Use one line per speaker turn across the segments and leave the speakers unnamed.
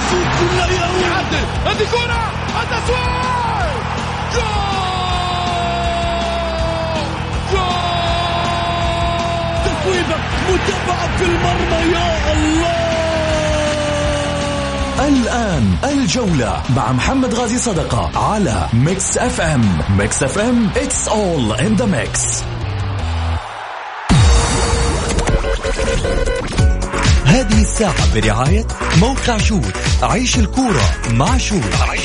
يعدل هذه كرة التسويق جول تسويبة متابعة في المرمى يا الله.
الآن الجولة مع محمد غازي صدقة على ميكس اف ام. ميكس اف ام it's all in the mix. هذه الساعة برعاية موقع شوت. عيش الكورة مع شوت.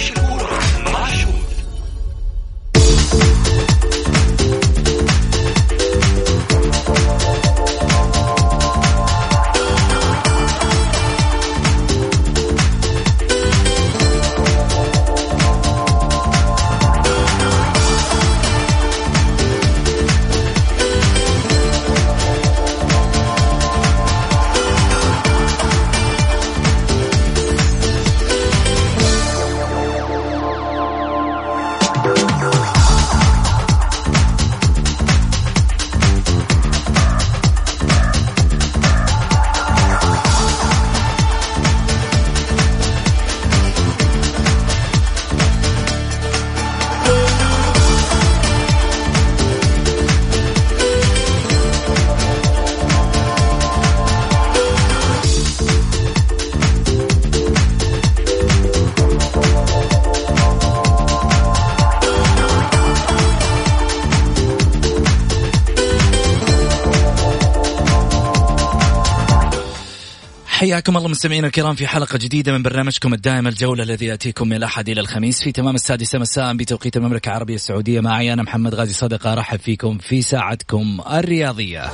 حياكم الله مستمعينا الكرام في حلقة جديدة من برنامجكم الدائم الجولة الذي يأتيكم من الأحد إلى الخميس في تمام 6 مساء بتوقيت المملكة العربية السعودية. معي أنا محمد غازي صدقة، أرحب فيكم في ساعتكم الرياضية.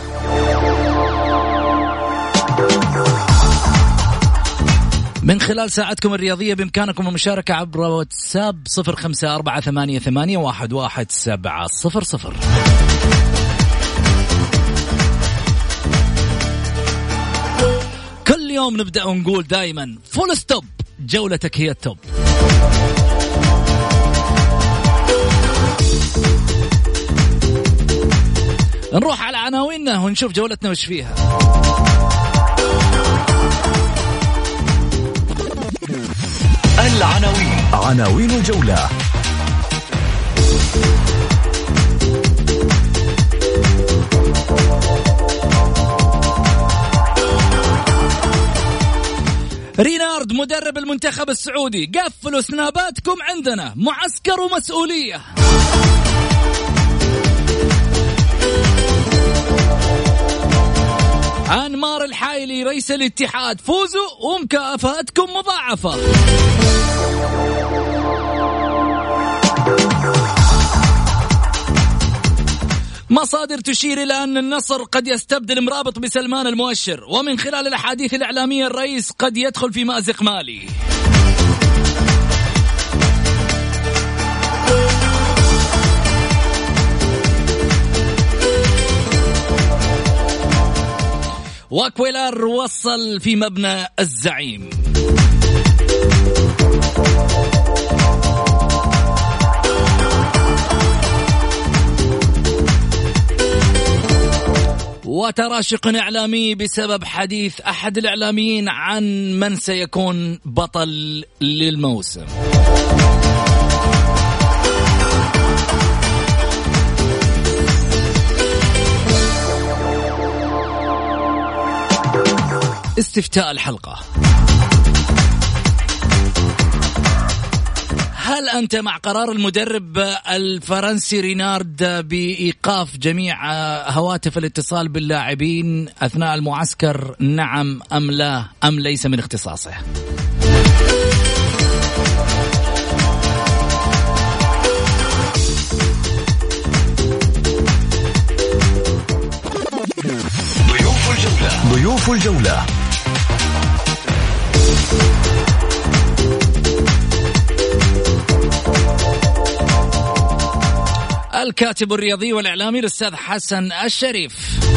من خلال ساعتكم الرياضية بإمكانكم المشاركة عبر واتساب 0548811700. كل يوم نبدأ ونقول دائما فول ستوب، جولتك هي التوب. نروح على عناويننا ونشوف جولتنا وش فيها. عناوين الجولة.
رينارد مدرب المنتخب السعودي: قفلوا سناباتكم، عندنا معسكر ومسؤولية. أنمار الحايلي رئيس الاتحاد: فوزوا ومكافاتكم مضاعفة. مصادر تشير إلى أن النصر قد يستبدل مرابط بسلمان المؤشر، ومن خلال الأحاديث الإعلامية الرئيس قد يدخل في مأزق مالي. وكويلر وصل في مبنى الزعيم. وتراشق إعلامي بسبب حديث أحد الإعلاميين عن من سيكون بطل للموسم. استفتاء الحلقة: هل أنت مع قرار المدرب الفرنسي رينارد بإيقاف جميع هواتف الاتصال باللاعبين أثناء المعسكر؟ نعم أم لا أم ليس من اختصاصه؟
ضيوف الجولة.
الكاتب الرياضي والإعلامي الأستاذ حسن الشريف.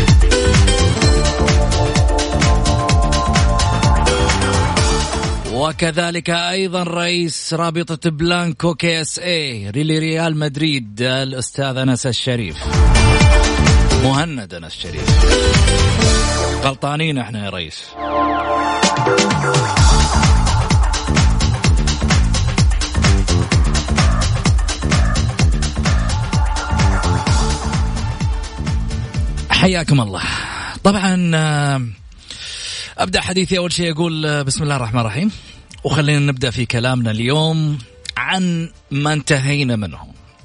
وكذلك أيضا رئيس رابطة بلانكو KSA لريال مدريد الأستاذ أنس الشريف. مهند أنس الشريف. غلطانين احنا يا رئيس.
حياكم الله. طبعا أبدأ حديثي أول شيء أقول بسم الله الرحمن الرحيم، وخلينا نبدأ في كلامنا اليوم عن ما انتهينا منه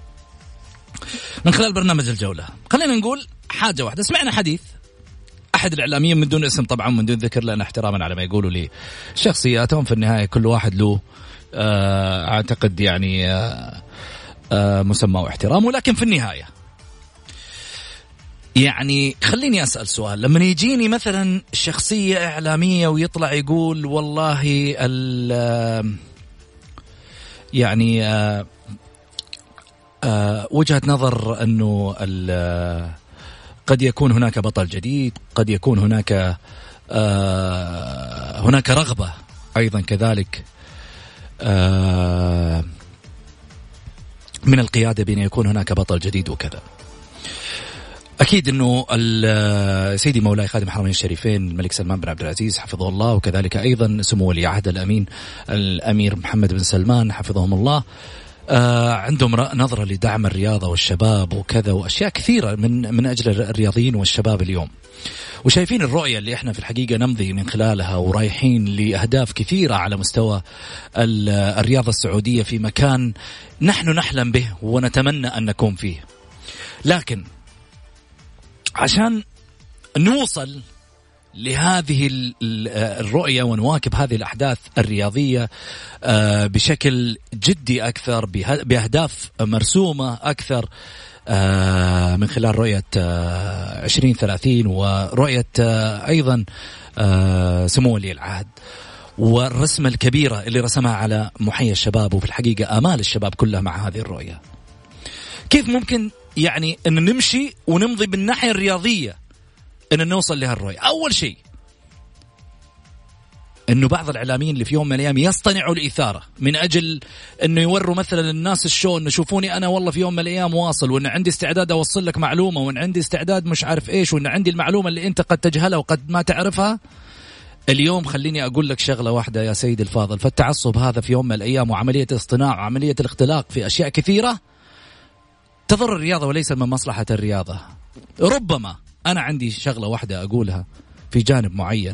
من خلال برنامج الجولة. خلينا نقول حاجة واحدة. سمعنا حديث أحد الإعلاميين من دون اسم طبعا، من دون ذكر، لأن احتراما على ما يقولوا لي شخصياتهم، في النهاية كل واحد له أعتقد يعني مسمى واحترام، ولكن في النهاية يعني خليني أسأل سؤال. لما يجيني مثلا شخصية إعلامية ويطلع يقول والله يعني وجهة نظر أنه قد يكون هناك بطل جديد، قد يكون هناك رغبة أيضا كذلك من القيادة بأن يكون هناك بطل جديد وكذا. أكيد أنه سيدي مولاي خادم الحرمين الشريفين الملك سلمان بن عبد العزيز حفظه الله، وكذلك أيضا سمو ولي عهد الأمير محمد بن سلمان حفظهم الله، عندهم نظرة لدعم الرياضة والشباب وكذا وأشياء كثيرة من أجل الرياضيين والشباب اليوم، وشايفين الرؤية اللي احنا في الحقيقة نمضي من خلالها ورايحين لأهداف كثيرة على مستوى الرياضة السعودية في مكان نحن نحلم به ونتمنى أن نكون فيه. لكن عشان نوصل لهذه الرؤية ونواكب هذه الأحداث الرياضية بشكل جدي أكثر، بأهداف مرسومة أكثر من خلال رؤية 2030 ورؤية أيضا سمو ولي العهد والرسمة الكبيرة اللي رسمها على محيا الشباب، وفي الحقيقة آمال الشباب كلها مع هذه الرؤية. كيف ممكن يعني أن نمشي ونمضي بالناحية الرياضية أن نوصل لها الرؤية؟ أول شيء أنه بعض الإعلاميين اللي في يوم من الأيام يصطنعوا الإثارة من أجل أنه يوروا مثلا الناس الشو، أنه شوفوني أنا والله في يوم من الأيام واصل، وأن عندي استعداد أوصل لك معلومة، وأن عندي استعداد مش عارف إيش، وأن عندي المعلومة اللي أنت قد تجهلها وقد ما تعرفها. اليوم خليني أقول لك شغلة واحدة يا سيد الفاضل، فالتعصب هذا في يوم من الأيام وعملية الاصطناع وعملية الاختلاق في أشياء كثيرة تضر الرياضة وليس من مصلحة الرياضة. ربما أنا عندي شغلة واحدة أقولها في جانب معين،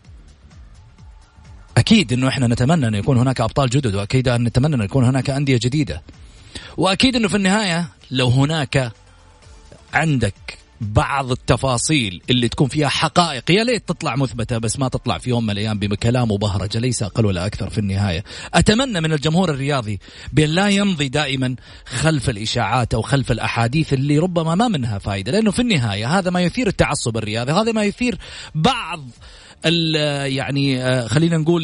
أكيد أنه إحنا نتمنى أن يكون هناك أبطال جدد، وأكيد أن نتمنى أن يكون هناك أندية جديدة، وأكيد أنه في النهاية لو هناك عندك بعض التفاصيل اللي تكون فيها حقائق يا ليت تطلع مثبتة، بس ما تطلع في يوم من الأيام بكلام وبهرجة، ليس أقل ولا أكثر. في النهاية أتمنى من الجمهور الرياضي بأن لا يمضي دائما خلف الإشاعات أو خلف الأحاديث اللي ربما ما منها فائدة، لأنه في النهاية هذا ما يثير التعصب الرياضي، هذا ما يثير بعض يعني خلينا نقول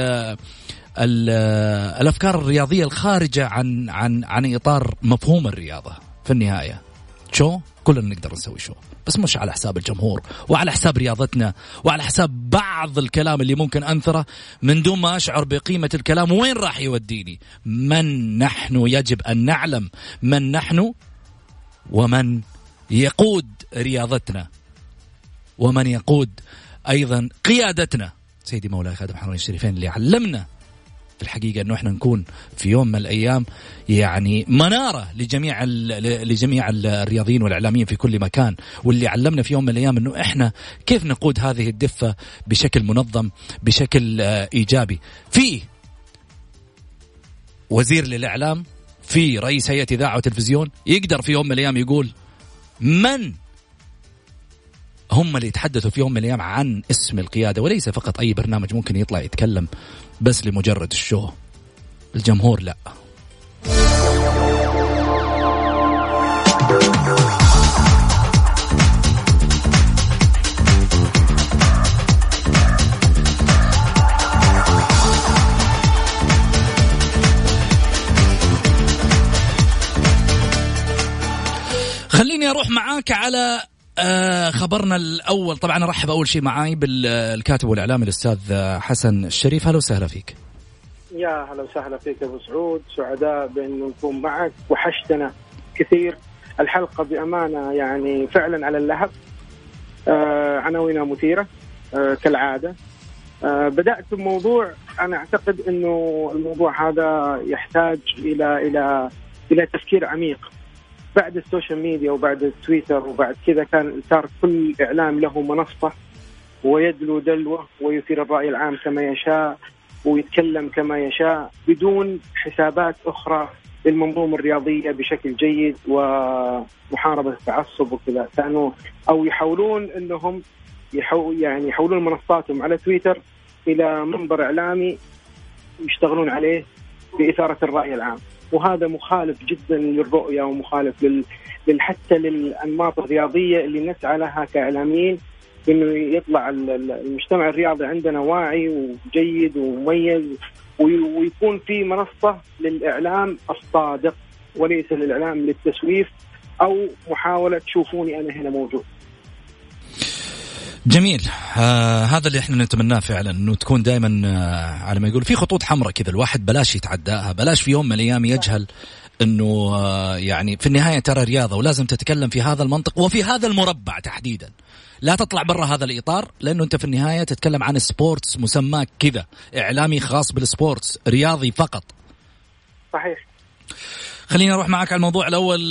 الأفكار الرياضية الخارجة عن إطار مفهوم الرياضة. في النهاية شو كلنا نقدر نسوي شو، بس مش على حساب الجمهور وعلى حساب رياضتنا وعلى حساب بعض الكلام اللي ممكن أنثره من دون ما أشعر بقيمة الكلام وين راح يوديني. من نحن يجب أن نعلم من نحن ومن يقود رياضتنا ومن يقود أيضا قيادتنا. سيدي مولاي خادم الحرمين الشريفين اللي علمنا في الحقيقة أنه إحنا نكون في يوم من الأيام يعني منارة لجميع الرياضيين والإعلاميين في كل مكان، واللي علمنا في يوم من الأيام أنه إحنا كيف نقود هذه الدفة بشكل منظم بشكل إيجابي. في وزير للإعلام، في رئيس هيئة إذاعة وتلفزيون يقدر في يوم من الأيام يقول من هم اللي يتحدثوا في يوم من الأيام عن اسم القيادة، وليس فقط أي برنامج ممكن يطلع يتكلم بس لمجرد الشو. الجمهور لا. خليني أروح معاك على خبرنا الأول. طبعا أرحب أول شيء معاي بالكاتب والإعلامي الأستاذ حسن الشريف. هلا وسهلا فيك.
يا هلا وسهلا فيك أبو سعود، سعداء بأن نكون معك، وحشتنا كثير. الحلقة بأمانة يعني فعلا على اللهب، عناوينها مثيرة كالعادة. بدأت بموضوع أنا أعتقد أنه الموضوع هذا يحتاج إلى تفكير عميق. بعد السوشيال ميديا وبعد التويتر وبعد كذا كان صار كل إعلام له منصة ويدلو دلوه ويثير الرأي العام كما يشاء ويتكلم كما يشاء بدون حسابات أخرى للمنظومة الرياضية بشكل جيد ومحاربة التعصب وكذا. كانوا أو يحاولون أنهم يحولون منصاتهم على تويتر إلى منبر إعلامي يشتغلون عليه بإثارة الرأي العام، وهذا مخالف جدا للرؤية ومخالف حتى للأنماط الرياضية اللي نسعى لها كإعلاميين، إنه يطلع المجتمع الرياضي عندنا واعي وجيد ومميز، ويكون في منصة للإعلام الصادق وليس للإعلام للتسويف أو محاولة تشوفوني أنا هنا موجود.
جميل. هذا اللي احنا نتمناه فعلا، انه تكون دائما على ما يقول في خطوط حمراء كذا، الواحد بلاش يتعداها، بلاش في يوم من الايام يجهل انه يعني في النهايه ترى رياضه ولازم تتكلم في هذا المنطق وفي هذا المربع تحديدا، لا تطلع برا هذا الاطار، لانه انت في النهايه تتكلم عن سبورتس مسماك كذا، اعلامي خاص بالسبورتس، رياضي فقط.
صحيح.
خلينا نروح معك على الموضوع الاول.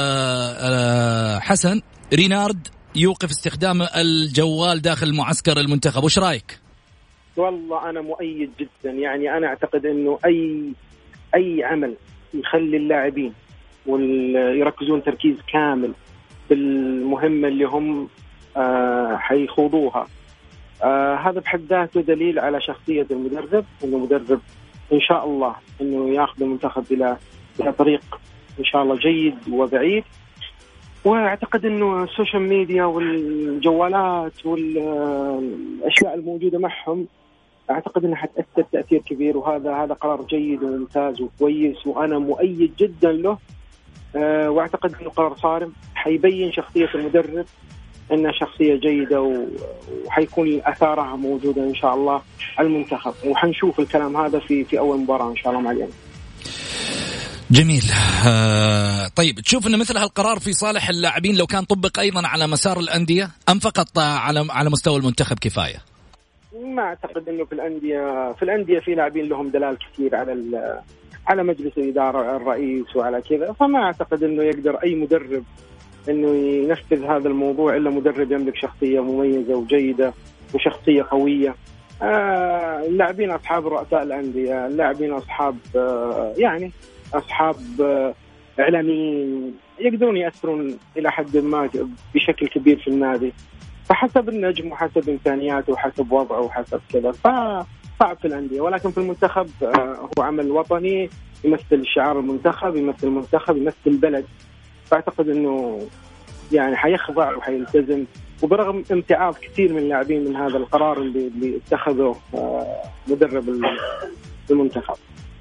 حسن، رينارد يوقف استخدام الجوال داخل معسكر المنتخب، وش رايك؟
والله أنا مؤيد جدا، يعني أنا أعتقد أنه أي عمل يخلي اللاعبين ويركزون تركيز كامل بالمهمة اللي هم حيخوضوها، هذا بحد ذاته دليل على شخصية المدرب، أنه مدرب إن شاء الله أنه يأخذ المنتخب إلى طريق إن شاء الله جيد وبعيد. واعتقد انه السوشيال ميديا والجوالات والاشياء الموجوده معهم اعتقد انها حتاثر تاثير كبير، وهذا قرار جيد وممتاز وكويس وانا مؤيد جدا له. واعتقد انه قرار صارم حيبين شخصيه المدرب انها شخصيه جيده وحيكون اثارها موجوده ان شاء الله على المنتخب، وحنشوف الكلام هذا في اول مباراه ان شاء الله مع اليمن.
جميل. طيب تشوف أن مثل هالقرار في صالح اللاعبين لو كان طبق أيضا على مسار الأندية أم فقط على مستوى المنتخب كفاية؟
ما أعتقد أنه في الأندية في لاعبين لهم دلال كثير على مجلس الإدارة الرئيس وعلى كذا، فما أعتقد أنه يقدر أي مدرب أنه ينفذ هذا الموضوع إلا مدرب يملك شخصية مميزة وجيدة وشخصية قوية. اللاعبين أصحاب رؤساء الأندية، اللاعبين أصحاب أصحاب إعلاميين يقدرون يأثرون إلى حد ما بشكل كبير في النادي، فحسب النجم وحسب إمكانياته وحسب وضعه وحسب كذا، فصعب في الأندية. ولكن في المنتخب هو عمل وطني، يمثل شعار المنتخب، يمثل المنتخب، يمثل البلد، فأعتقد أنه يعني حيخضع وحيلتزم، وبرغم امتعاض كثير من اللاعبين من هذا القرار اللي اتخذه مدرب المنتخب.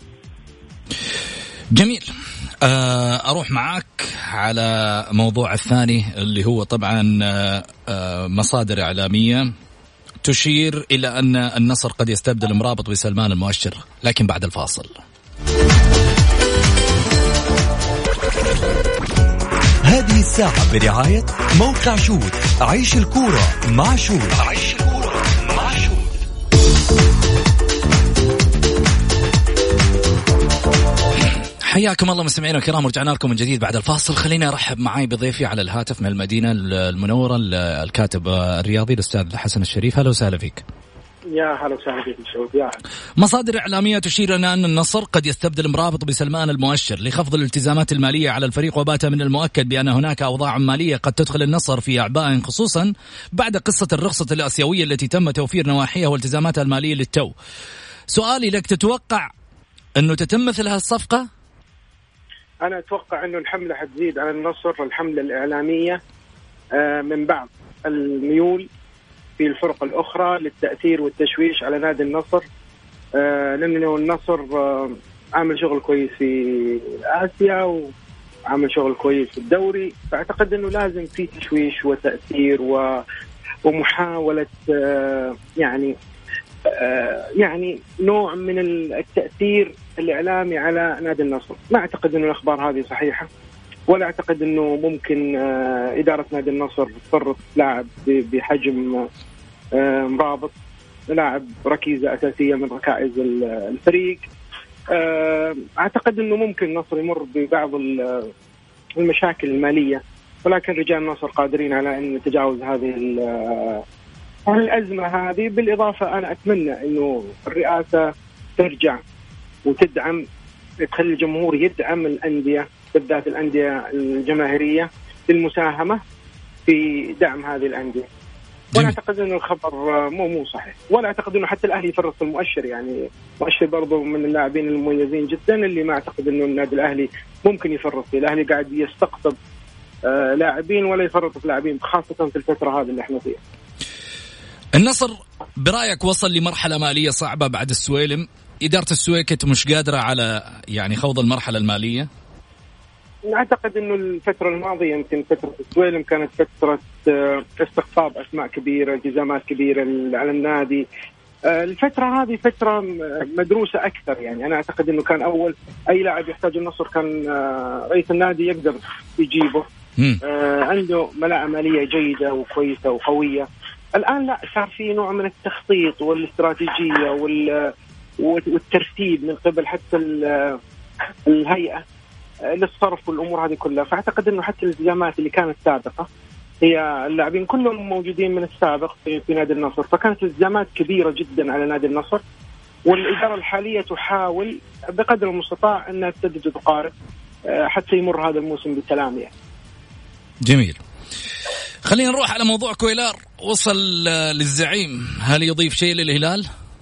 جميل. أروح معك على موضوع الثاني اللي هو طبعا مصادر إعلامية تشير إلى أن النصر قد يستبدل مرابط بسلمان المؤشر، لكن بعد الفاصل.
هذه الساعة برعاية موقع شوت، عيش الكورة مع شوت.
حياكم الله مستمعينا الكرام، ورجعنا لكم من جديد بعد الفاصل. خليني أرحب معي بضيفي على الهاتف من المدينة المنورة الكاتب الرياضي الأستاذ حسن الشريف. هلا وسهلا فيك.
يا هلا وسهلا فيك مسعود. يا
مصادر إعلامية تشير إلى أن النصر قد يستبدل مرابط بسلمان المؤشر لخفض الالتزامات المالية على الفريق، وبات من المؤكد بأن هناك أوضاع مالية قد تدخل النصر في أعباء، خصوصا بعد قصة الرخصة الآسيوية التي تم توفير نواحيها والتزاماتها المالية للتو. سؤالي لك، تتوقع أنه تتم مثل هالصفقة؟
أنا أتوقع أنه الحملة حتزيد على النصر، الحملة الإعلامية من بعض الميول في الفرق الأخرى للتأثير والتشويش على نادي النصر، لأنه النصر عامل شغل كويس في آسيا وعامل شغل كويس في الدوري، فأعتقد أنه لازم في تشويش وتأثير ومحاولة يعني نوع من التأثير الإعلامي على نادي النصر. ما أعتقد أنه الأخبار هذه صحيحة، ولا أعتقد أنه ممكن إدارة نادي النصر تفرط لاعب بحجم مرابط، لاعب ركيزة أساسية من ركائز الفريق. أعتقد أنه ممكن النصر يمر ببعض المشاكل المالية، ولكن رجال النصر قادرين على أن نتجاوز هذه الأزمة هذه. بالإضافة أنا أتمنى أنه الرئاسة ترجع وتدعم، تخلي الجمهور يدعم الأندية بالذات الأندية الجماهيرية للمساهمة في دعم هذه الأندية. ولا أعتقد أنه الخبر مو صحيح، ولا أعتقد أنه حتى الأهلي يفرط في المؤشر. يعني مؤشر برضو من اللاعبين المميزين جدا اللي ما أعتقد أنه النادي الأهلي ممكن يفرط فيه. الأهلي قاعد يستقطب لاعبين ولا يفرط في لاعبين، خاصة في الفترة هذه اللي احنا فيها.
النصر برأيك وصل لمرحلة مالية صعبة بعد السويلم؟ إدارة السويكت مش قادرة على يعني خوض المرحلة المالية؟
أعتقد أنه الفترة الماضية يمكن فترة السويلم كانت فترة استقطاب أسماء كبيرة، التزامات كبيرة على النادي. الفترة هذه فترة مدروسة أكثر. يعني أنا أعتقد أنه كان أول أي لاعب يحتاج النصر كان رئيس النادي يقدر يجيبه. عنده ملاءة مالية جيدة وكويسة وقوية. الآن لا، صار في نوع من التخطيط والاستراتيجية والترتيب من قبل حتى الهيئة للصرف والأمور هذه كلها. فأعتقد أنه حتى الالتزامات اللي كانت سابقة، هي اللاعبين كلهم موجودين من السابق في نادي النصر، فكانت التزامات كبيرة جدا على نادي النصر. والإدارة الحالية تحاول بقدر المستطاع أنها تسدد وتقارب حتى يمر هذا الموسم بالسلام. يعني
جميل. خلينا نروح على موضوع كويلار. وصل للزعيم، هل يضيف شيء للهلال؟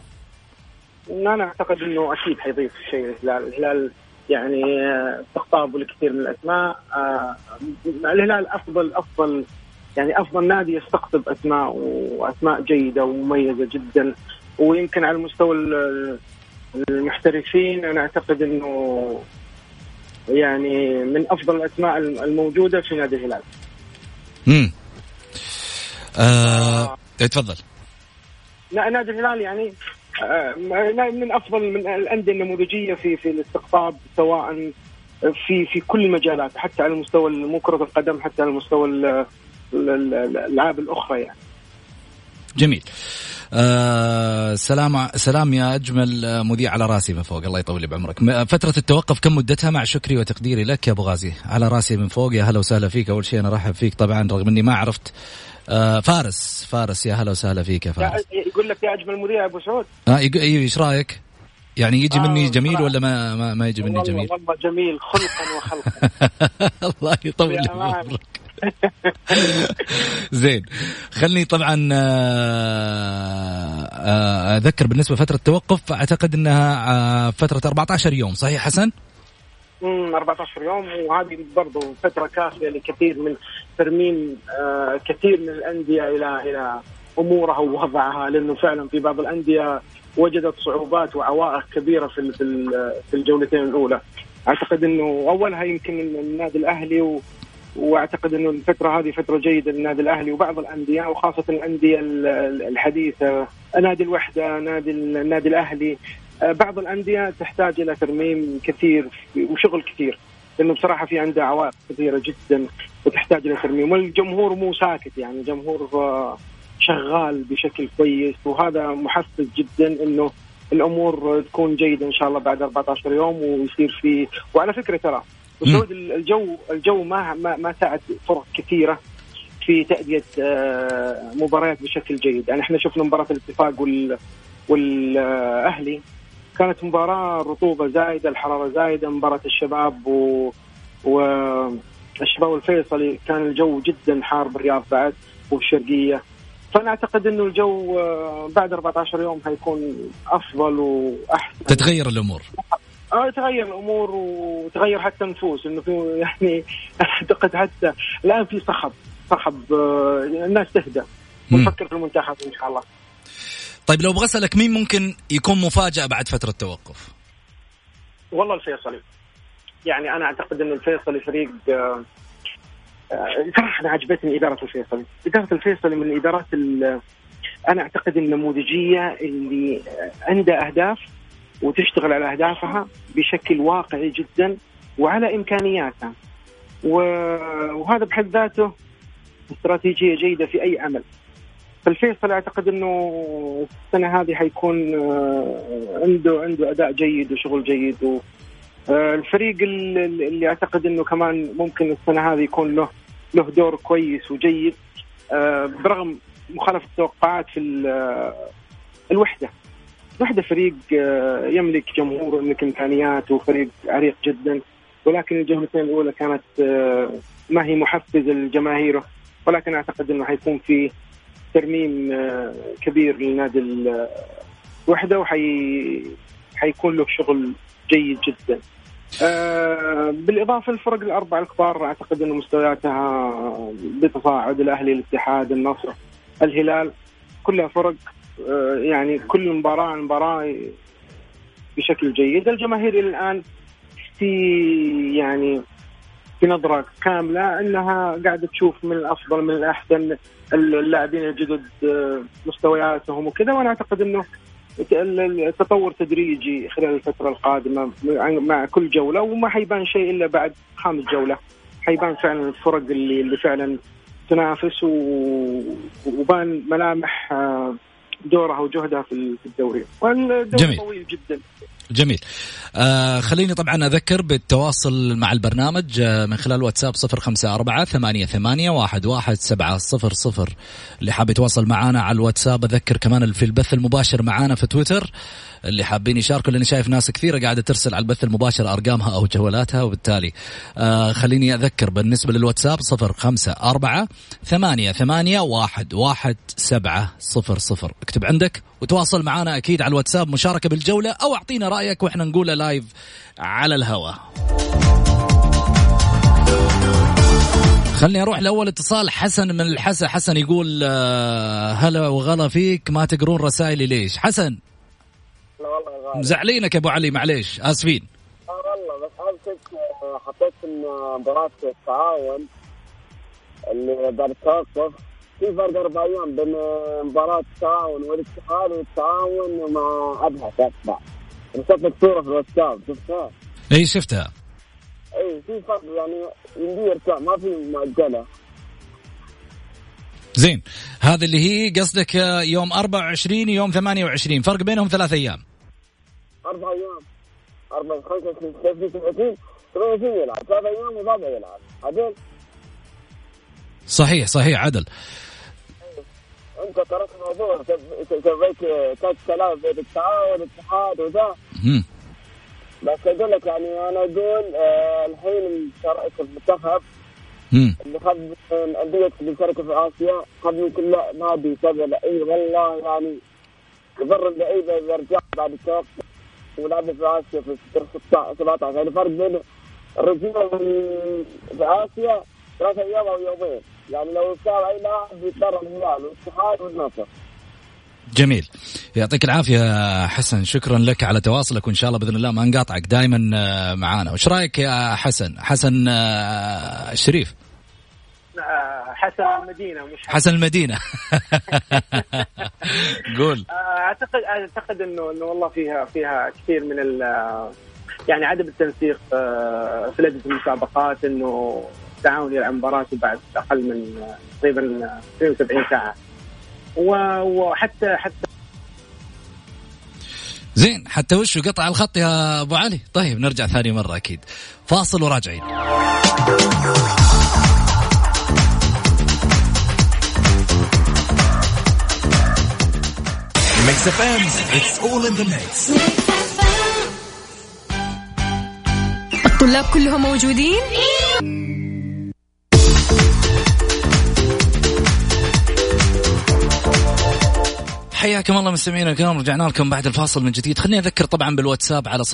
أنا أعتقد أنه أكيد حيضيف شيء للهلال. الهلال يعني استقطابه لكثير من الأسماء. الهلال أفضل نادي يستقطب أسماء وأسماء جيدة ومميزة جدا. ويمكن على المستوى المحترفين أنا أعتقد أنه يعني من أفضل الأسماء الموجودة في نادي الهلال.
تفضل.
نادي الهلال يعني من أفضل من الأندية النموذجية في الاستقطاب، سواء في كل المجالات، حتى على مستوى مو كرة القدم، حتى على مستوى الألعاب الأخرى يعني.
جميل. سلام يا أجمل مذيع على راسي من فوق، الله يطول بعمرك. فترة التوقف كم مدتها؟ مع شكري وتقديري لك يا أبو غازي. على راسي من فوق، يا هلا وسهلا فيك. أول شيء أنا رحب فيك طبعا، رغم أني ما عرفت. فارس يا هلا وسهلا فيك يا فارس.
يقول لك يا أجمل مذيع أبو سعود.
إيش رأيك؟ يعني يجي مني جميل ولا ما يجي مني جميل؟
والله جميل خلقا وخلقا.
الله يطول بعمرك. زين. خلني طبعا أذكر بالنسبة لفترة التوقف، أعتقد أنها فترة 14 يوم، صحيح حسن؟
14 يوم، وهذه برضو فترة كافية لكثير من ترميم كثير من الأندية إلى أمورها ووضعها، لأنه فعلا في بعض الأندية وجدت صعوبات وعوائق كبيرة في الجولتين الأولى. أعتقد أنه أولها يمكن النادي الأهلي، واعتقد انه الفتره هذه فتره جيده للنادي الاهلي وبعض الانديه، وخاصه الانديه الحديثه، نادي الوحده، النادي الاهلي. بعض الانديه تحتاج الى ترميم كثير وشغل كثير، لانه بصراحه في عندها عوائق كثيره جدا وتحتاج الى ترميم. والجمهور مو ساكت، يعني جمهور شغال بشكل كويس، وهذا محفز جدا انه الامور تكون جيده ان شاء الله بعد 14 يوم ويصير في. وعلى فكره ترى وجود الجو ما ساعد فرق كثيرة في تأدية مباريات بشكل جيد. يعني احنا شفنا مباراة الاتفاق والأهلي، كانت مباراة رطوبة زايدة، الحرارة زايدة. مباراة الشباب والشباب والفيصلي كان الجو جدا حار بالرياض بعد والشرقية. فأنا أعتقد إنه الجو بعد 14 يوم هيكون أفضل وأحسن،
تتغير الأمور.
تغير الأمور وتغير حتى النفوس، إنه في يعني أعتقد حتى الآن في صخب الناس تهدى ونفكر في المنتخب إن شاء الله.
طيب لو بغى أسألك، مين ممكن يكون مفاجأة بعد فترة التوقف؟
والله الفيصلي. يعني أنا أعتقد إن الفيصلي فريق صراحة أنا عجبتني إدارة الفيصلي. إدارة الفيصلي من الإدارات أنا أعتقد النموذجية اللي عندها أهداف وتشتغل على أهدافها بشكل واقعي جدا وعلى إمكانياتها، وهذا بحد ذاته استراتيجية جيدة في أي عمل. فالفيصل أعتقد أنه السنة هذه حيكون عنده أداء جيد وشغل جيد الفريق اللي أعتقد أنه كمان ممكن السنة هذه يكون له دور كويس وجيد برغم مخالفة التوقعات في الوحدة فريق يملك جمهور ويملك إمكانيات وفريق عريق جدا، ولكن الجولتين الأولى كانت ما هي محفزة لجماهيره، ولكن أعتقد أنه حيكون في ترميم كبير لنادي الوحدة وحيكون له شغل جيد جدا. بالإضافة للفرق الأربع الكبار أعتقد أن مستوياتها بتصاعد، الأهلي، الاتحاد، النصر، الهلال، كلها فرق يعني كل مباراة بشكل جيد. الجماهير الآن في نظرة كاملة أنها قاعدة تشوف من الأفضل من الأحسن اللاعبين الجدد مستوياتهم وكذا، وأنا أعتقد أنه التطور تدريجي خلال الفترة القادمة مع كل جولة، وما حيبان شيء إلا بعد 5 جولة حيبان فعلا الفرق اللي فعلا تنافس وبان ملامح دورها وجهدها في الدوري، والدوري طويل جدا.
جميل. خليني طبعا أذكر بالتواصل مع البرنامج من خلال واتساب 0548811700. اللي حاب يتواصل معنا على الواتساب. أذكر كمان في البث المباشر معنا في تويتر اللي حابين يشاركوا، لأني شايف ناس كثيرة قاعدة ترسل على البث المباشر أرقامها أو جوالاتها، وبالتالي خليني أذكر بالنسبة للواتساب 0548811700. اكتب عندك وتواصل معنا أكيد على الواتساب، مشاركة بالجولة أو أعطينا رأيك وإحنا نقوله لايف على الهواء. خلني أروح لأول اتصال. حسن من الحسا. حسن يقول هلا وغلا فيك، ما تقرون رسائلي ليش؟ حسن مزعلينك يا أبو علي، معليش آسفين.
والله بس حطيت مباراة التعاون اللي بالتوقف في فرق 4 أيام بين مباراة التعاون والاتحاد والتعاون وما أبها تتبع. رسلت لك صورة في الواتساب شفتها؟
أي شفتها.
أي في فرق يعني يندير ما في مؤجلة.
زين، هذا اللي هي قصدك يوم 24 يوم 28 فرق بينهم 3 أيام.
4 أيام 4 25 27 يلعب 3 أيام وبابا يلعب عدل.
صحيح عدل.
انت تركت الموضوع سويت كاس كلام بين التعاون والاتحاد وذا. بس اقول لك يعني انا اقول الحين المنتخب اللي خذ الانديه اللي شاركوا في اسيا خذ من كل نادي 7 لعيبه والله يعني يضر اللعيبه اذا رجع بعد التوقف ولعب في اسيا في 17 يعني فرق بين الرجال في اسيا 3 أيام او يومين، يعني لو صار اي لاعب يضطر الهلال والاتحاد والنصر.
جميل، يعطيك العافيه حسن، شكرا لك على تواصلك، وان شاء الله باذن الله ما نقاطعك دائما معانا. وش رايك يا حسن الشريف؟
حسن المدينه مش
حسن المدينه. قول.
اعتقد انه والله فيها كثير من يعني عدم التنسيق في لجنه المسابقات، انه التعاون يلعب مباراته بعد اقل من تقريبا 72 ساعه، وحتى
زين حتى وش قطع الخط يا ابو علي. طيب نرجع ثاني مره اكيد، فاصل وراجعين.
Mix FM, it's all in the mix.
الطلاب كلهم موجودين؟
حياكم الله مستمعينا الكرام، رجعنا لكم بعد الفاصل من جديد. خليني أذكر طبعا بالواتساب على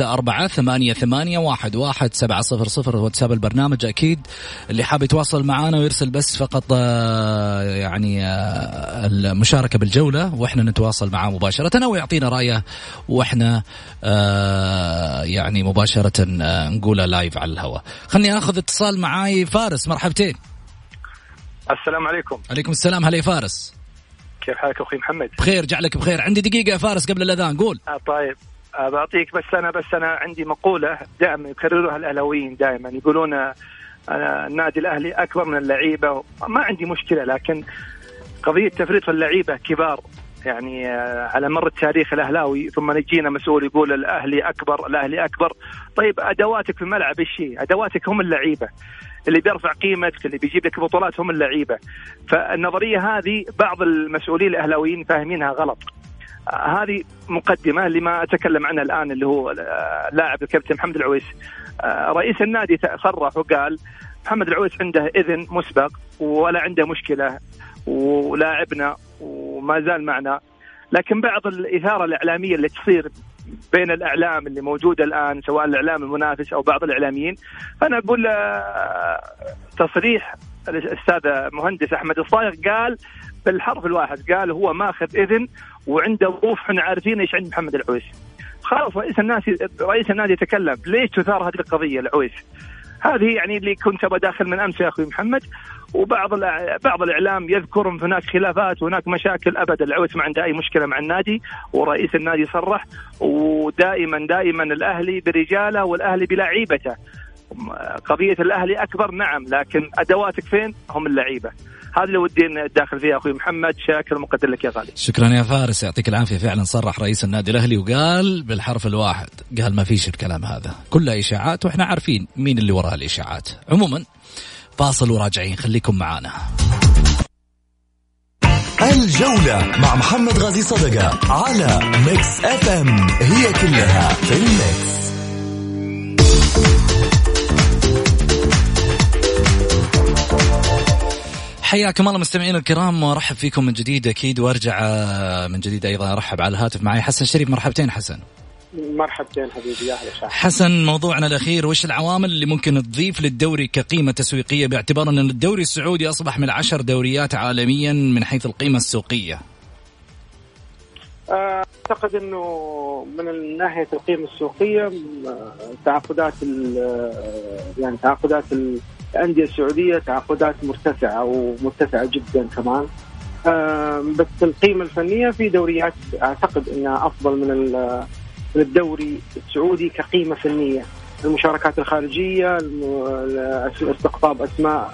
0548811700 واتساب البرنامج. أكيد اللي حاب يتواصل معنا ويرسل بس فقط يعني المشاركة بالجولة وإحنا نتواصل معه مباشرة، أو يعطينا رأيه وإحنا يعني مباشرة نقوله لايف على الهواء. خليني أخذ اتصال معاي فارس. مرحبتين.
السلام عليكم.
عليكم السلام. هلا يا فارس،
كيف حالك أخي محمد؟
بخير، جعلك بخير. عندي دقيقة يا فارس قبل الأذان، قول.
طيب بعطيك، بس أنا عندي مقولة دائما يكرروها الأهلاويين، دائما يقولون النادي الأهلي أكبر من اللعيبة. ما عندي مشكلة، لكن قضية تفريط اللعيبة كبار يعني على مر التاريخ الأهلاوي، ثم نجينا مسؤول يقول الأهلي أكبر. طيب أدواتك في الملعب إيش هي؟ أدواتك هم اللعيبة، اللي بيرفع قيمتك، اللي بيجيب لك بطولات هم اللعيبة. فالنظرية هذه بعض المسؤولين الأهلاويين فاهمينها غلط. هذه مقدمة لما أتكلم عنه الآن، اللي هو لاعب الكابتن محمد العويس. رئيس النادي صرح وقال محمد العويس عنده إذن مسبق ولا عنده مشكلة ولاعبنا وما زال معنا، لكن بعض الإثارة الإعلامية اللي تصير بين الإعلام اللي موجودة الآن، سواء الإعلام المنافس أو بعض الإعلاميين، فأنا أقول تصريح الأستاذ مهندس أحمد الصايغ قال بالحرف الواحد، قال هو ماخذ إذن وعنده ظروف احنا عارفين ايش عند محمد العويس. خلاص رئيس النادي يتكلم، ليش تثار هذه القضية العويس؟ هذه يعني اللي كنت بداخل من أمس يا أخوي محمد. وبعض الإعلام يذكر هناك خلافات وهناك مشاكل، أبدا العويس ما عنده أي مشكلة مع النادي، ورئيس النادي صرح، ودائما الأهلي برجاله والأهلي بلاعيبته. قضية الأهلي أكبر نعم، لكن أدواتك فين؟ هم اللعيبة. هذا اللي ودي داخل فيها أخوي محمد. شاكر مقدر لك يا غالي.
شكرا يا فارس، يعطيك العافية. فعلا صرح رئيس النادي الأهلي وقال بالحرف الواحد، قال ما فيش الكلام هذا، كلها إشاعات وإحنا عارفين مين اللي وراء الإشاعات. عموما فاصل وراجعين، خليكم معانا.
الجولة مع محمد غازي صدقة على ميكس اف ام، هي كلها في الميكس.
حياكم الله مستمعين الكرام، وارحب فيكم من جديد اكيد، وارجع من جديد ايضا ارحب على الهاتف معي حسن شريف. مرحبتين حسن.
مرحبتين حبيبي، يا اهلا وسهلا.
حسن، موضوعنا الاخير، وش العوامل اللي ممكن تضيف للدوري كقيمه تسويقيه، باعتبار ان الدوري السعودي اصبح من 10 دوريات عالميا من حيث القيمه السوقيه؟
اعتقد انه من ناحيه القيمه السوقيه تعاقدات الأندية السعودية تعاقدات مرتفعة ومرتفعة جدا كمان. بس القيمة الفنية في دوريات أعتقد أنها أفضل من الدوري السعودي كقيمة فنية. المشاركات الخارجية، استقطاب أسماء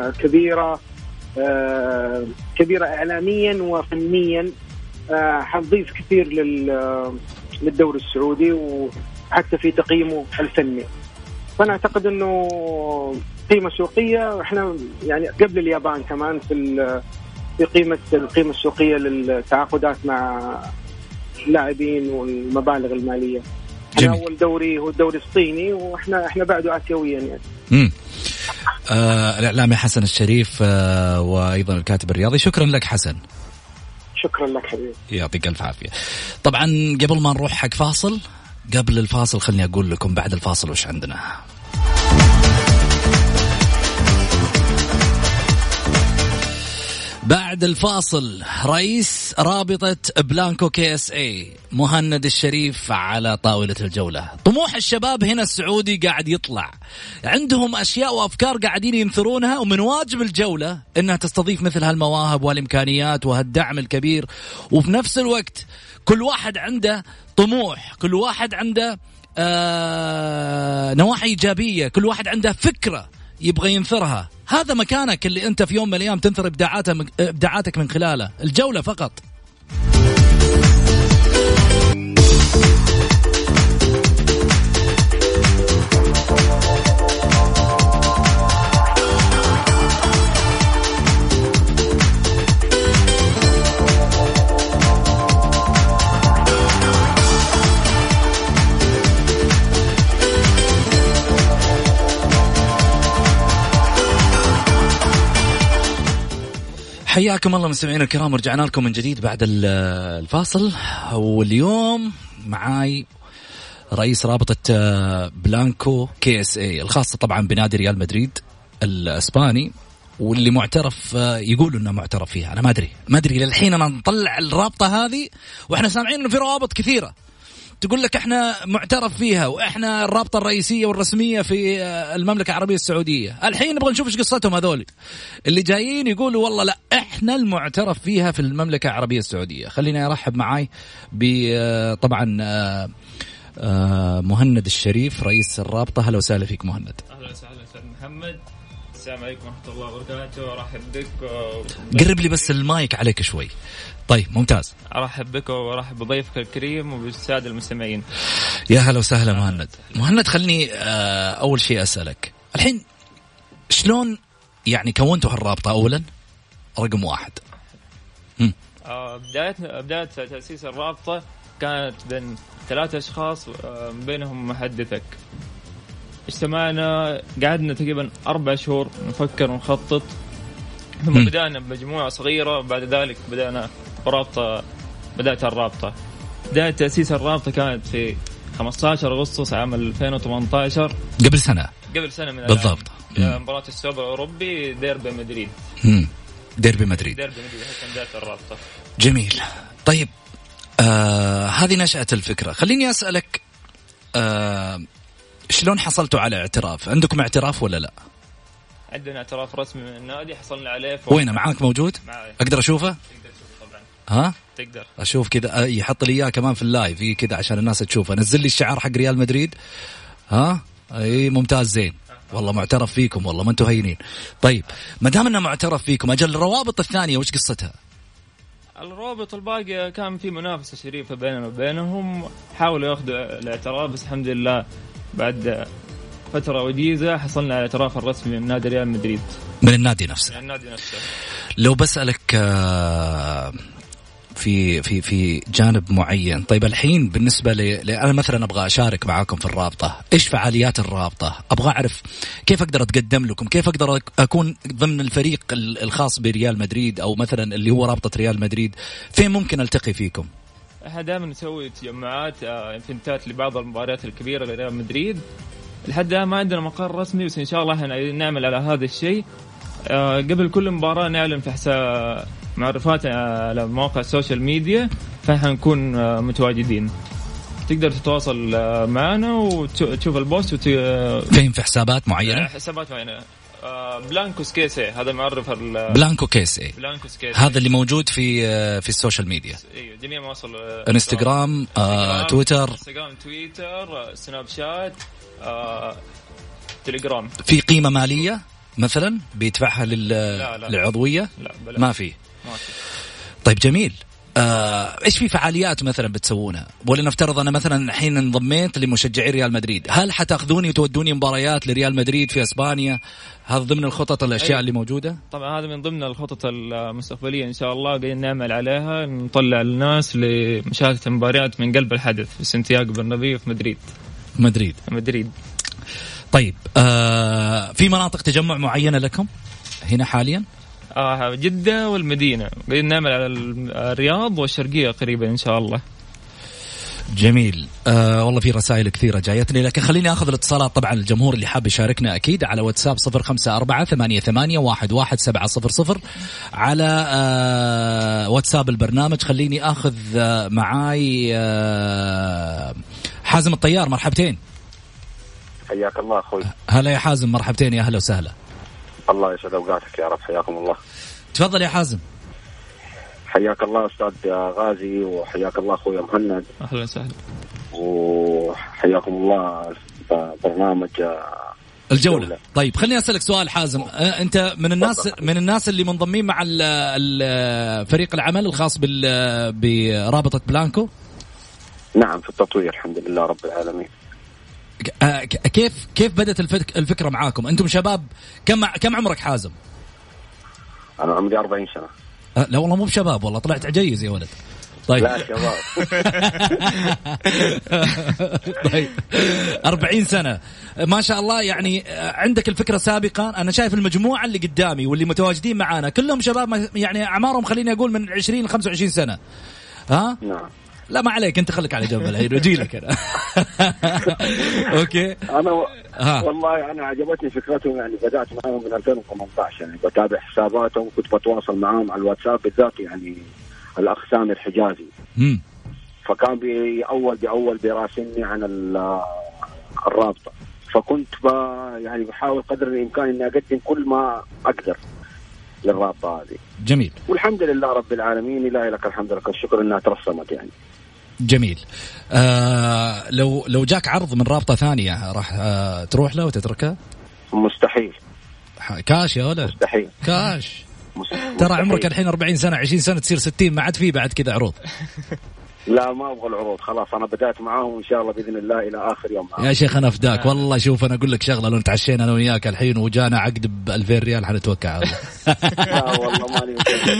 كبيرة إعلاميا وفنيا، حتضيف كثير للدوري السعودي وحتى في تقييمه الفني. فأنا أعتقد أنه قيمة سوقية. إحنا يعني قبل اليابان كمان في القيمة السوقية للتعاقدات مع اللاعبين والمبالغ المالية. أول دوري هو الدوري الصيني، وإحنا بعده آسيويا يعني.
الإعلامي حسن الشريف وأيضا الكاتب الرياضي. شكرا لك حسن.
شكرا لك حبيبي،
يعطيك ألف عافية. طبعا قبل ما نروح حق فاصل، قبل الفاصل خلني أقول لكم بعد الفاصل وش عندنا. بعد الفاصل رئيس رابطة بلانكو KSA مهند الشريف على طاولة الجولة. طموح الشباب هنا السعودي قاعد يطلع، عندهم أشياء وأفكار قاعدين ينثرونها، ومن واجب الجولة أنها تستضيف مثل هالمواهب والإمكانيات وهالدعم الكبير. وفي نفس الوقت كل واحد عنده طموح، كل واحد عنده نواحي إيجابية، كل واحد عنده فكرة يبغى ينثرها. هذا مكانك اللي أنت في يوم من الأيام تنثر إبداعاتك من خلاله. الجولة فقط. حياكم الله مستمعينا الكرام، ورجعنا لكم من جديد بعد الفاصل. واليوم معاي رئيس رابطة بلانكو KSA الخاصة طبعا بنادي ريال مدريد الإسباني، واللي معترف، يقولوا انه معترف فيها. انا ما ادري للحين. انا نطلع الرابطة هذه واحنا سامعين انه في روابط كثيرة تقول لك احنا معترف فيها واحنا الرابطة الرئيسية والرسمية في المملكة العربية السعودية. الحين نبغى نشوف ايش قصتهم هذول اللي جايين يقولوا والله لا احنا المعترف فيها في المملكة العربية السعودية. خليني ارحب معاي طبعا مهند الشريف رئيس الرابطة. هلا وسهلا فيك مهند.
اهلا وسهلا استاذ محمد. السلام عليكم ورحمة الله وبركاته. أرحب بك
قرب لي بس المايك عليك شوي. طيب ممتاز.
أرحب بك وأرحب بضيفك الكريم وبالسادة المستمعين.
يا هلا وسهلا مهند. خلني أول شيء أسألك الحين شلون يعني كونتوا هالرابطة أولا رقم واحد؟
بداية تأسيس الرابطة كانت بين 3 أشخاص بينهم محدثك. اجتمعنا قعدنا تقريبا 4 شهور نفكر ونخطط، ثم بدأنا بمجموعة صغيرة. بعد ذلك بدأت الرابطة. بداية تأسيس الرابطة كانت في 15 أغسطس عام 2018
قبل سنة
من
بالضبط.
مباراة السوبر الأوروبي ديربي مدريد.
ديربي مدريد
كان بداية الرابطة.
جميل. طيب هذه نشأة الفكرة. خليني أسألك شلون حصلتوا على اعتراف؟ عندكم اعتراف ولا لا؟
عندنا اعتراف رسمي من النادي حصلنا عليه.
وينه معاك موجود؟
معي.
أقدر أشوفه؟
تقدر تشوفه طبعا.
ها؟
تقدر
أشوف كذا، يحط لي إياه كمان في اللايف كذا عشان الناس تشوفه. نزل لي الشعار حق ريال مدريد. ها؟ أي ممتاز زين. والله معترف فيكم، والله ما أنتوا هينين. طيب ما دام إنه معترف فيكم، أجل الروابط الثانية وش قصتها؟
الروابط الباقية كان في منافسة شريفة بيننا وبينهم، حاولوا ياخذوا الاعتراف بس الحمد لله بعد فترة وجيزة حصلنا على الاعتراف الرسمي من نادي ريال مدريد.
من النادي نفسه. لو بسألك في جانب معين، طيب الحين بالنسبة أنا مثلا أبغى أشارك معاكم في الرابطة، إيش فعاليات الرابطة؟ أبغى أعرف كيف أقدر أتقدم لكم، كيف أقدر أكون ضمن الفريق الخاص بريال مدريد أو مثلا اللي هو رابطة ريال مدريد، فين ممكن ألتقي فيكم؟
احنا دائما نسوي تجمعات انفنتات لبعض المباريات الكبيرة لريال مدريد. لحد الآن ما عندنا مقر رسمي بس إن شاء الله احنا نعمل على هذا الشيء. قبل كل مباراة نعلن في حساب معرفات على مواقع السوشيال ميديا، فإحنا نكون متواجدين. تقدر تتواصل معنا وتشوف البوست
فين في حسابات معينة؟
حسابات معينة. بلانكوس كيسي هذا معرف
بلانكو كيسي هذا اللي موجود في السوشيال ميديا.
ايوه جميع مواصل
انستغرام تويتر
سناب شات تليجرام.
في قيمة مالية مثلا بيدفعها للعضوية؟
لا
ما في. طيب جميل. ايش في فعاليات مثلا بتسوونها؟ ولا نفترض انا مثلا الحين انضميت لمشجعي ريال مدريد، هل حتاخذوني وتودوني مباريات لريال مدريد في اسبانيا؟ هذا ضمن الخطط الاشياء اللي موجوده؟
طبعا هذا من ضمن الخطط المستقبليه ان شاء الله، قاعدين نعمل عليها، نطلع الناس لمشاهده المباريات من قلب الحدث في سانتياغو برنابيو في مدريد. طيب
في مناطق تجمع معينه لكم هنا حاليا؟
جدة والمدينة، قاعدين نعمل على الرياض والشرقية قريبا إن شاء الله.
جميل. والله في رسائل كثيرة جايتني، لكن خليني أخذ الاتصالات. طبعا الجمهور اللي حاب يشاركنا أكيد على واتساب 0548811700 على واتساب البرنامج. خليني أخذ معاي حازم الطيار. مرحبتين.
حياك الله أخوي.
هلا يا حازم، مرحبتين، يا هلا وسهلا.
الله يسعد اوقاتك يا رب، حياكم الله.
تفضل يا حازم.
حياك الله استاذ غازي، وحياك الله اخوي مهند.
اهلا وسهلا.
وحياكم الله برنامج
الجولة. طيب خليني اسالك سؤال حازم، انت من الناس اللي منضمين مع فريق العمل الخاص برابطة بلانكو؟
نعم، في التطوير الحمد لله رب العالمين.
كيف بدأت الفكرة معاكم؟ أنتم شباب، كم عمرك حازم؟
أنا عمري 40 سنة.
لا والله مو بشباب، والله طلعت عجيز يا ولد. طيب.
لا شباب.
طيب 40 سنة ما شاء الله. يعني عندك الفكرة سابقا. أنا شايف المجموعة اللي قدامي واللي متواجدين معانا كلهم شباب، يعني أعمارهم خليني أقول من 20 ل 25 سنة. ها؟
نعم.
لا ما عليك، انت خليك على جنب الحين وجي لك انا. اوكي.
انا والله انا عجبتني فكرتهم، يعني بدات معهم من 2018، يعني بتابع حساباتهم، كنت بتواصل معهم على الواتساب بالذات، يعني الاخ سامي الحجازي. فكان باول براسلني عن الرابطه، فكنت يعني بحاول قدر الامكان اني اقدم كل ما اقدر للرابطه هذه.
جميل.
والحمد لله رب العالمين، إلهي لك الحمد لك الشكر انها ترسمت يعني.
جميل. لو جاك عرض من رابطة ثانية راح تروح له وتتركها؟
مستحيل.
كاش يا ولد
مستحيل
كاش. ترى عمرك الحين 40 سنة 20 سنة تصير 60 ما عاد في بعد كذا عروض.
لا ما أبغى العروض خلاص أنا بدأت معاهم وإن شاء الله بإذن الله إلى آخر يوم معاهم.
يا شيخ أنا فداك والله. شوف أنا أقول لك شغلة لو تعشينا أنا وياك الحين وجانا عقد ب2000 ريال حنتوكل على الله.
لا والله ماني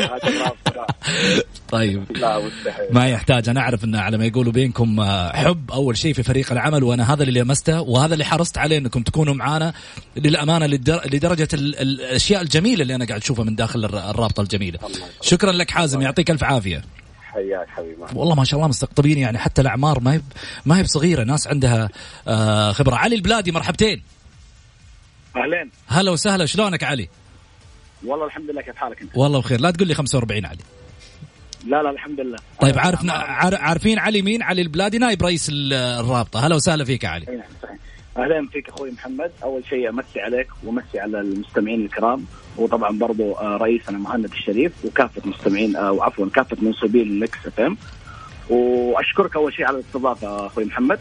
طيب
لا مستحيل
ما يحتاج. أنا أعرف أن على ما يقولوا بينكم حب أول شيء في فريق العمل وأنا هذا اللي لمسته وهذا اللي حرصت عليه أنكم تكونوا معانا للأمانة لدرجة الأشياء الجميلة اللي أنا قاعد أشوفها من داخل الرابطة الجميلة. شكرا لك حازم يعطيك ألف عافية.
حياك حبيبي.
والله ما شاء الله مستقطبين يعني حتى الأعمار ما هي بصغيرة ناس عندها خبرة. علي البلادي مرحبتين.
أهلين.
هلا وسهلا شلونك علي؟
والله الحمد لله كيف حالك أنت؟
والله بخير. لا تقول لي 45 علي.
لا الحمد لله.
طيب عارفين علي مين؟ علي البلادي نائب رئيس الرابطة. هلا وسهلا فيك علي.
صحيح. أهلا فيك أخوي محمد. أول شيء أمسي عليك ومسي على المستمعين الكرام وطبعا برضو رئيسنا مهند الشريف وكافة مستمعين أو عفوا كافة منصبين ميكس اف ام. وأشكرك أول شيء على الاستضافة أخوي محمد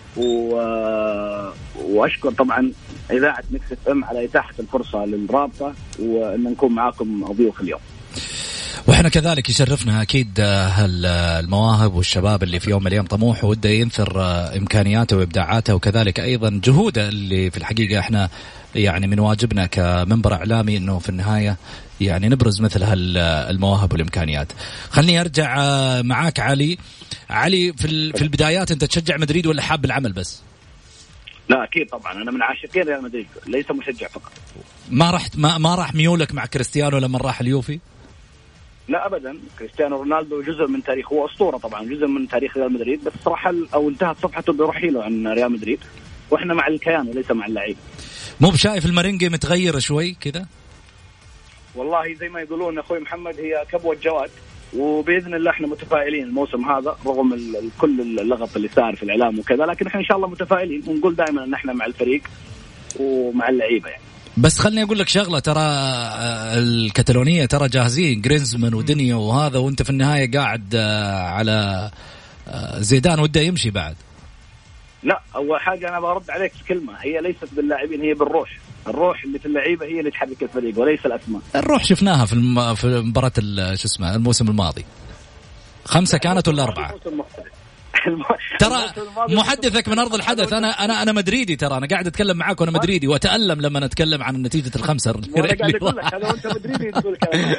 وأشكر طبعا إذاعة ميكس اف ام على إتاحة الفرصة للرابطة وأن نكون معاكم ضيوف اليوم.
وإحنا كذلك يشرفنا أكيد المواهب والشباب اللي في يوم من الأيام طموح وده ينثر إمكانياته وإبداعاته وكذلك أيضا جهوده اللي في الحقيقة إحنا يعني من واجبنا كمنبر إعلامي إنه في النهاية يعني نبرز مثل هالمواهب والإمكانيات. خلني أرجع معاك علي. في البدايات أنت تشجع مدريد ولا حاب العمل بس؟
لا أكيد طبعا أنا من عاشقين ريال مدريد ليس مشجع فقط.
ما راح ميولك مع كريستيانو لما راح اليوفي؟
لا أبدا. كريستيانو رونالدو جزء من تاريخه وأسطورة طبعا جزء من تاريخ ريال مدريد بس صراحة أو انتهت صفحته برحيله عن ريال مدريد وإحنا مع الكيان وليس مع اللعيبة.
مو بشايف المرنجي متغير شوي كذا؟
والله زي ما يقولون أخوي محمد هي كبوة جواد وبإذن الله إحنا متفائلين الموسم هذا رغم كل اللغط اللي صار في الإعلام وكذا لكن إحنا إن شاء الله متفائلين ونقول دائما إن إحنا مع الفريق ومع اللعيبة يعني.
بس خلني أقول لك شغلة ترى الكتالونية ترى جاهزين جرينزمان ودنيا وهذا وانت في النهاية قاعد على زيدان وده يمشي بعد.
لا أول حاجة أنا برد عليك كلمة هي ليست باللاعبين هي بالروح. الروح اللي في اللعيبة هي اللي تحرك الفريق وليس الأسماء.
الروح شفناها في مباراة شو اسمه الموسم الماضي 5 كانت ولا 4 ترى محدثك من أرض الحدث. أنا مدريدي ترى أنا قاعد أتكلم معاك وأنا مدريدي وأتألم لما نتكلم عن نتيجة ال5.
أنا قاعد أقول لك هذا وأنت مدريدي تقول كلام.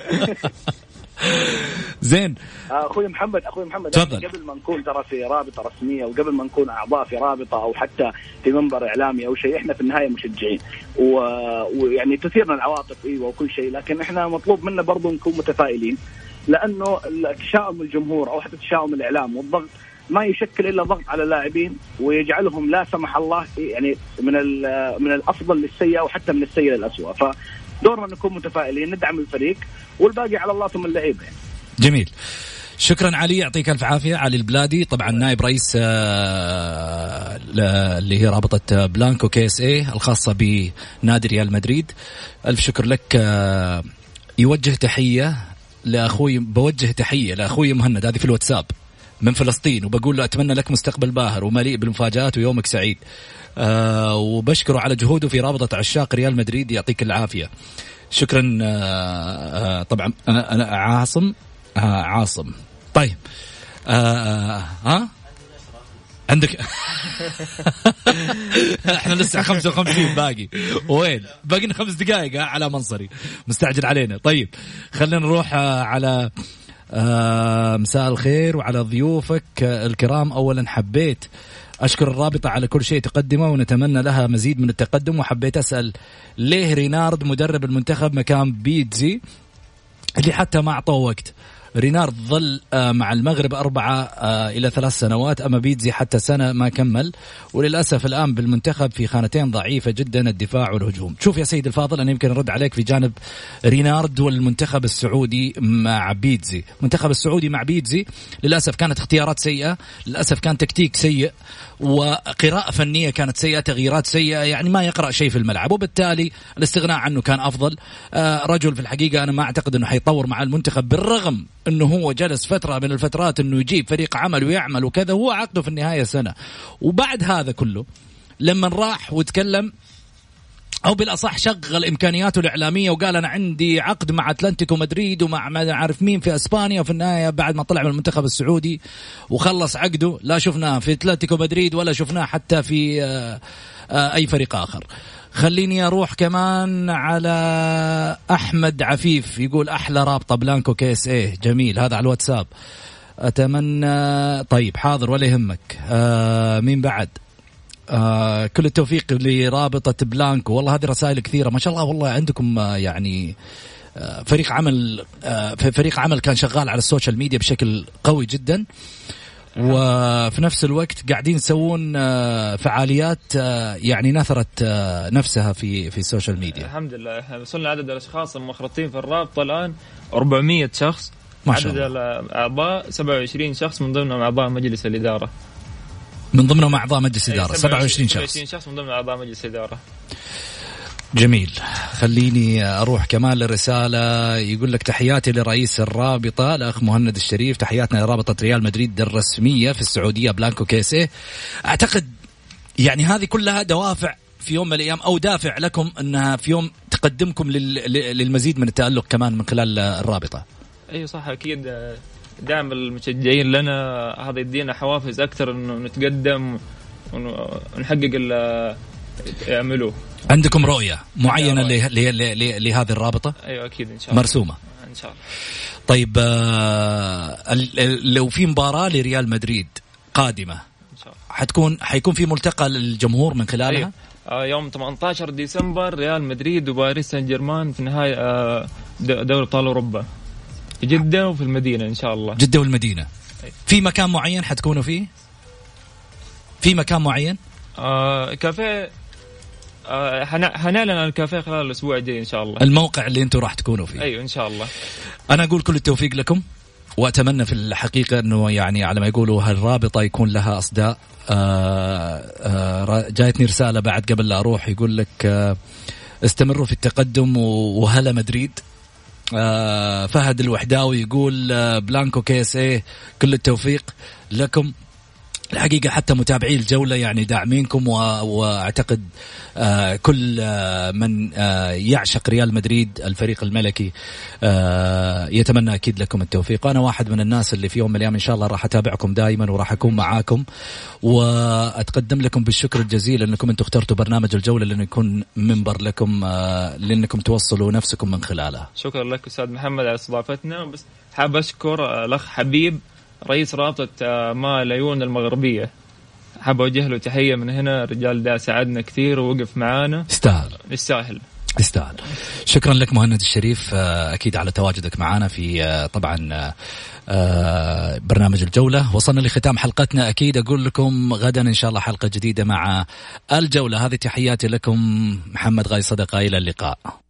زين
أخوي محمد
تفضل.
قبل ما نكون ترى في رابطة رسمية وقبل ما نكون أعضاء في رابطة أو حتى في منبر إعلامي أو شيء إحنا في النهاية مشجعين ويعني تثيرنا العواطف وكل شيء لكن إحنا مطلوب منا برضو نكون متفائلين لأنه تشاؤم الجمهور أو حتى تشاؤم الإعلام والضغط ما يشكل إلا ضغط على اللاعبين ويجعلهم لا سمح الله يعني من الأفضل للسيء أو حتى من السيء للأسوأ. فدورنا نكون متفائلين ندعم الفريق والباقي على الله ثم اللعيبة يعني.
جميل شكرا علي يعطيك الف عافيه. علي البلادي طبعا نائب رئيس اللي هي رابطه بلانكو KSA الخاصه بنادي ريال مدريد. الف شكر لك. يوجه تحيه لاخوي بوجه تحيه لاخوي مهند هذه في الواتساب من فلسطين وبقول له أتمنى لك مستقبل باهر ومليء بالمفاجآت ويومك سعيد. وبشكره على جهوده في رابطة عشاق ريال مدريد يعطيك العافية. شكرا. طبعا أنا عاصم طيب عندك احنا لسه 55 باقي وين باقينا 5 دقائق على منصري مستعجل علينا. طيب خلينا نروح على مساء الخير وعلى ضيوفك الكرام. أولا حبيت أشكر الرابطة على كل شيء تقدمه ونتمنى لها مزيد من التقدم وحبيت أسأل ليه رينارد مدرب المنتخب مكان بيتزي اللي حتى ما أعطوه وقت. رينارد ظل مع المغرب 4 إلى 3 سنوات أما بيتزي حتى سنة ما كمل وللأسف الآن بالمنتخب في خانتين ضعيفة جدا الدفاع والهجوم. شوف يا سيد الفاضل أنا يمكن أرد عليك في جانب رينارد والمنتخب السعودي مع بيتزي. المنتخب السعودي مع بيتزي للأسف كانت اختيارات سيئة للأسف كان تكتيك سيء وقراءة فنية كانت سيئة تغييرات سيئة يعني ما يقرأ شيء في الملعب وبالتالي الاستغناء عنه كان أفضل. رجل في الحقيقة أنا ما أعتقد أنه حيطور مع المنتخب بالرغم أنه هو جلس فترة من الفترات أنه يجيب فريق عمل ويعمل وكذا هو عقده في النهاية سنة. وبعد هذا كله لما راح وتكلم
أو بالأصح شغل إمكانياته الإعلامية وقال أنا عندي عقد مع أتلتيكو مدريد ومع ما عارف مين في أسبانيا، وفي النهاية بعد ما طلع من المنتخب السعودي وخلص عقده لا شفناه في أتلتيكو مدريد ولا شفناه حتى في أي فريق آخر. خليني أروح كمان على أحمد عفيف، يقول أحلى رابطة بلانكو كيس إيه. جميل، هذا على الواتساب. أتمنى طيب حاضر ولا يهمك. مين بعد؟ كل التوفيق لرابطة بلانكو. والله هذه رسائل كثيرة ما شاء الله. والله عندكم يعني فريق عمل كان شغال على السوشيال ميديا بشكل قوي جدا، وفي نفس الوقت قاعدين يسوون فعاليات يعني نثرت نفسها في السوشيال ميديا.
الحمد لله احنا وصلنا عدد الاشخاص المنخرطين في الرابطة الآن 400 شخص. عدد الأعضاء 27 شخص من ضمنهم أعضاء مجلس الإدارة.
من ضمنهم أعضاء مجلس إدارة 27
شخص من ضمن أعضاء مجلس إدارة.
جميل. خليني أروح كمان للرسالة. يقول لك تحياتي لرئيس الرابطة الأخ مهند الشريف، تحياتنا لرابطة ريال مدريد الرسمية في السعودية بلانكو كيسيه. أعتقد يعني هذه كلها دوافع في يوم من الأيام أو دافع لكم أنها في يوم تقدمكم للمزيد من التألق كمان من خلال الرابطة.
أيوة صح أكيد. دعم المشجعين لنا هذا يدينا حوافز أكثر إنه نتقدم ونحقق اللي يعملوه.
عندكم رؤية معينة لهذه الرابطة؟
أيوة أكيد إن شاء الله.
مرسومة
إن شاء الله.
طيب لو في مباراة لريال مدريد قادمة
إن شاء الله
حيكون في ملتقى للجمهور من خلالها؟
أيوة. يوم 18 ديسمبر ريال مدريد وباريس سان جيرمان في نهاية دوري أبطال أوروبا في جدة وفي المدينة إن شاء الله.
جدة والمدينة. في مكان معين حتكونوا فيه؟ في مكان معين؟
كافيه. حنعلن عن الكافيه خلال الأسبوع الجاي إن شاء الله.
الموقع اللي أنتوا راح تكونوا فيه.
أيوة إن شاء الله.
أنا أقول كل التوفيق لكم، وأتمنى في الحقيقة أنه يعني على ما يقولوا هالرابطة يكون لها أصداء. جايتني رسالة بعد قبل لا أروح يقول لك استمروا في التقدم وهلا مدريد. فهد الوحداوي يقول بلانكو كيسيه كل التوفيق لكم. الحقيقة حتى متابعي الجولة يعني داعمينكم، وأعتقد كل من يعشق ريال مدريد الفريق الملكي يتمنى أكيد لكم التوفيق. أنا واحد من الناس اللي في يوم من الأيام إن شاء الله راح أتابعكم دائما وراح أكون معاكم، وأتقدم لكم بالشكر الجزيل أنكم أنتم اخترتوا برنامج الجولة لأنه يكون منبر لكم لأنكم توصلوا نفسكم من خلاله.
شكرا لك أستاذ محمد على استضافتنا. بس حاب أشكر الأخ حبيب رئيس رابطة ماء العيون المغربية، حاب أوجه له تحية من هنا. الرجال ده ساعدنا كثير ووقف معانا. يستاهل.
شكرا لك مهند الشريف أكيد على تواجدك معنا في طبعا برنامج الجولة. وصلنا لختام حلقتنا. أكيد أقول لكم غدا إن شاء الله حلقة جديدة مع الجولة. هذه تحياتي لكم، محمد غازي صدقة، إلى اللقاء.